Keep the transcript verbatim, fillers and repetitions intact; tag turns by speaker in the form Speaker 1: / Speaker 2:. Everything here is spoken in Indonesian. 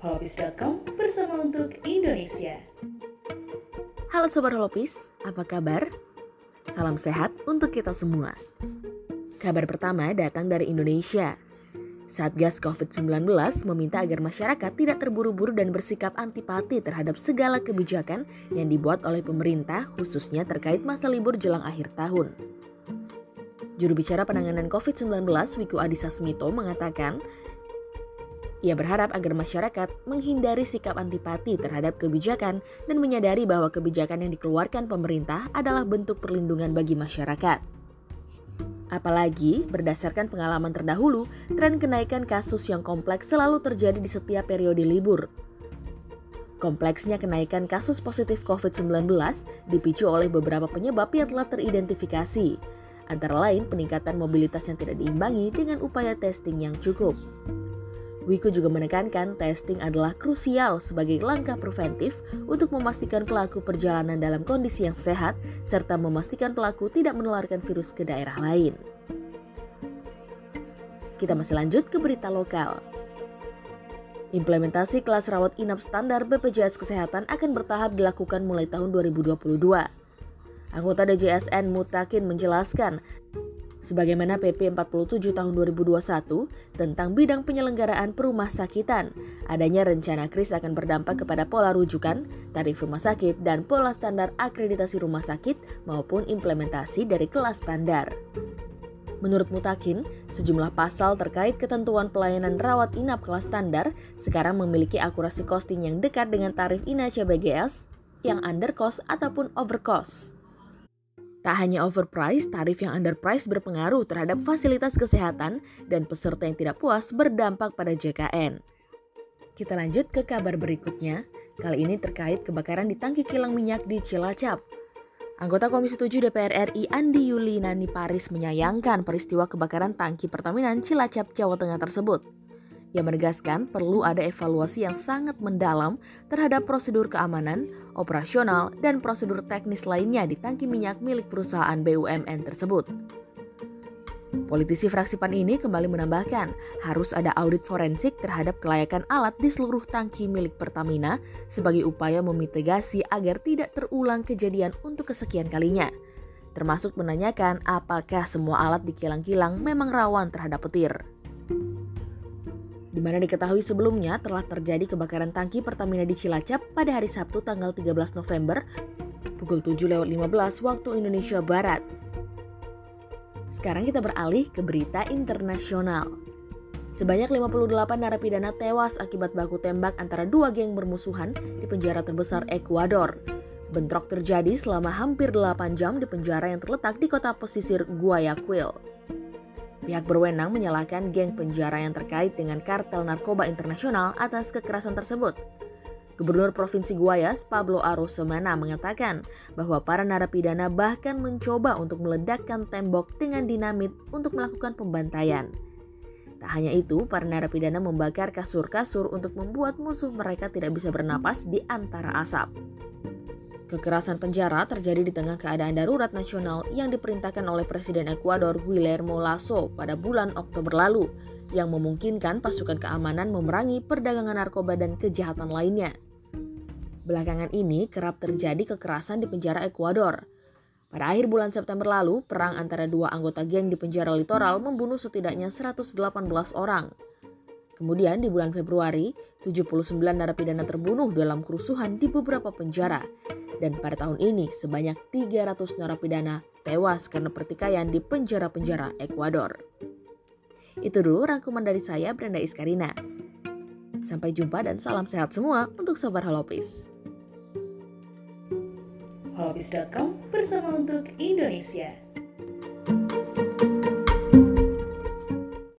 Speaker 1: holopis dot com bersama untuk Indonesia.
Speaker 2: Halo Sobat Holopis, apa kabar? Salam sehat untuk kita semua. Kabar pertama datang dari Indonesia. Satgas covid sembilan belas meminta agar masyarakat tidak terburu-buru dan bersikap antipati terhadap segala kebijakan yang dibuat oleh pemerintah, khususnya terkait masa libur jelang akhir tahun. Juru bicara penanganan covid sembilan belas, Wiku Adhisa Smito, mengatakan ia berharap agar masyarakat menghindari sikap antipati terhadap kebijakan dan menyadari bahwa kebijakan yang dikeluarkan pemerintah adalah bentuk perlindungan bagi masyarakat. Apalagi berdasarkan pengalaman terdahulu, tren kenaikan kasus yang kompleks selalu terjadi di setiap periode libur. Kompleksnya kenaikan kasus positif covid sembilan belas dipicu oleh beberapa penyebab yang telah teridentifikasi, antara lain peningkatan mobilitas yang tidak diimbangi dengan upaya testing yang cukup. Wiku juga menekankan testing adalah krusial sebagai langkah preventif untuk memastikan pelaku perjalanan dalam kondisi yang sehat serta memastikan pelaku tidak menularkan virus ke daerah lain. Kita masih lanjut ke berita lokal. Implementasi kelas rawat inap standar B P J S Kesehatan akan bertahap dilakukan mulai tahun dua ribu dua puluh dua. Anggota D J S N Mutakin menjelaskan, sebagaimana P P empat puluh tujuh tahun dua ribu dua puluh satu tentang bidang penyelenggaraan perumah sakitan, adanya rencana kris akan berdampak kepada pola rujukan, tarif rumah sakit, dan pola standar akreditasi rumah sakit maupun implementasi dari kelas standar. Menurut Mutakin, sejumlah pasal terkait ketentuan pelayanan rawat inap kelas standar sekarang memiliki akurasi costing yang dekat dengan tarif I N A C B G S yang undercost ataupun overcost. Tak hanya overprice, tarif yang underprice berpengaruh terhadap fasilitas kesehatan dan peserta yang tidak puas berdampak pada J K N. Kita lanjut ke kabar berikutnya, kali ini terkait kebakaran di tangki kilang minyak di Cilacap. Anggota Komisi tujuh D P R R I Andi Yuli Nani Paris menyayangkan peristiwa kebakaran tangki Pertamina Cilacap, Jawa Tengah tersebut. Ia menegaskan perlu ada evaluasi yang sangat mendalam terhadap prosedur keamanan, operasional, dan prosedur teknis lainnya di tangki minyak milik perusahaan B U M N tersebut. Politisi fraksi P A N ini kembali menambahkan harus ada audit forensik terhadap kelayakan alat di seluruh tangki milik Pertamina sebagai upaya memitigasi agar tidak terulang kejadian untuk kesekian kalinya, termasuk menanyakan apakah semua alat di kilang-kilang memang rawan terhadap petir. Di mana diketahui sebelumnya telah terjadi kebakaran tangki Pertamina di Cilacap pada hari Sabtu tanggal tiga belas November pukul tujuh lewat lima belas waktu Indonesia Barat. Sekarang kita beralih ke berita internasional. Sebanyak lima puluh delapan narapidana tewas akibat baku tembak antara dua geng bermusuhan di penjara terbesar Ekuador. Bentrok terjadi selama hampir delapan jam di penjara yang terletak di kota pesisir Guayaquil. Pihak berwenang menyalahkan geng penjara yang terkait dengan kartel narkoba internasional atas kekerasan tersebut. Gubernur Provinsi Guayas, Pablo Arosemena, mengatakan bahwa para narapidana bahkan mencoba untuk meledakkan tembok dengan dinamit untuk melakukan pembantaian. Tak hanya itu, para narapidana membakar kasur-kasur untuk membuat musuh mereka tidak bisa bernapas di antara asap. Kekerasan penjara terjadi di tengah keadaan darurat nasional yang diperintahkan oleh Presiden Ekuador Guillermo Lasso pada bulan Oktober lalu, yang memungkinkan pasukan keamanan memerangi perdagangan narkoba dan kejahatan lainnya. Belakangan ini kerap terjadi kekerasan di penjara Ekuador. Pada akhir bulan September lalu, perang antara dua anggota geng di penjara litoral membunuh setidaknya seratus delapan belas orang. Kemudian di bulan Februari, tujuh puluh sembilan narapidana terbunuh dalam kerusuhan di beberapa penjara. Dan pada tahun ini sebanyak tiga ratus narapidana tewas karena pertikaian di penjara-penjara Ekuador. Itu dulu rangkuman dari saya, Brenda Iskarina. Sampai jumpa dan salam sehat semua untuk Sobat Holopis.
Speaker 1: holopis dot com bersama untuk Indonesia.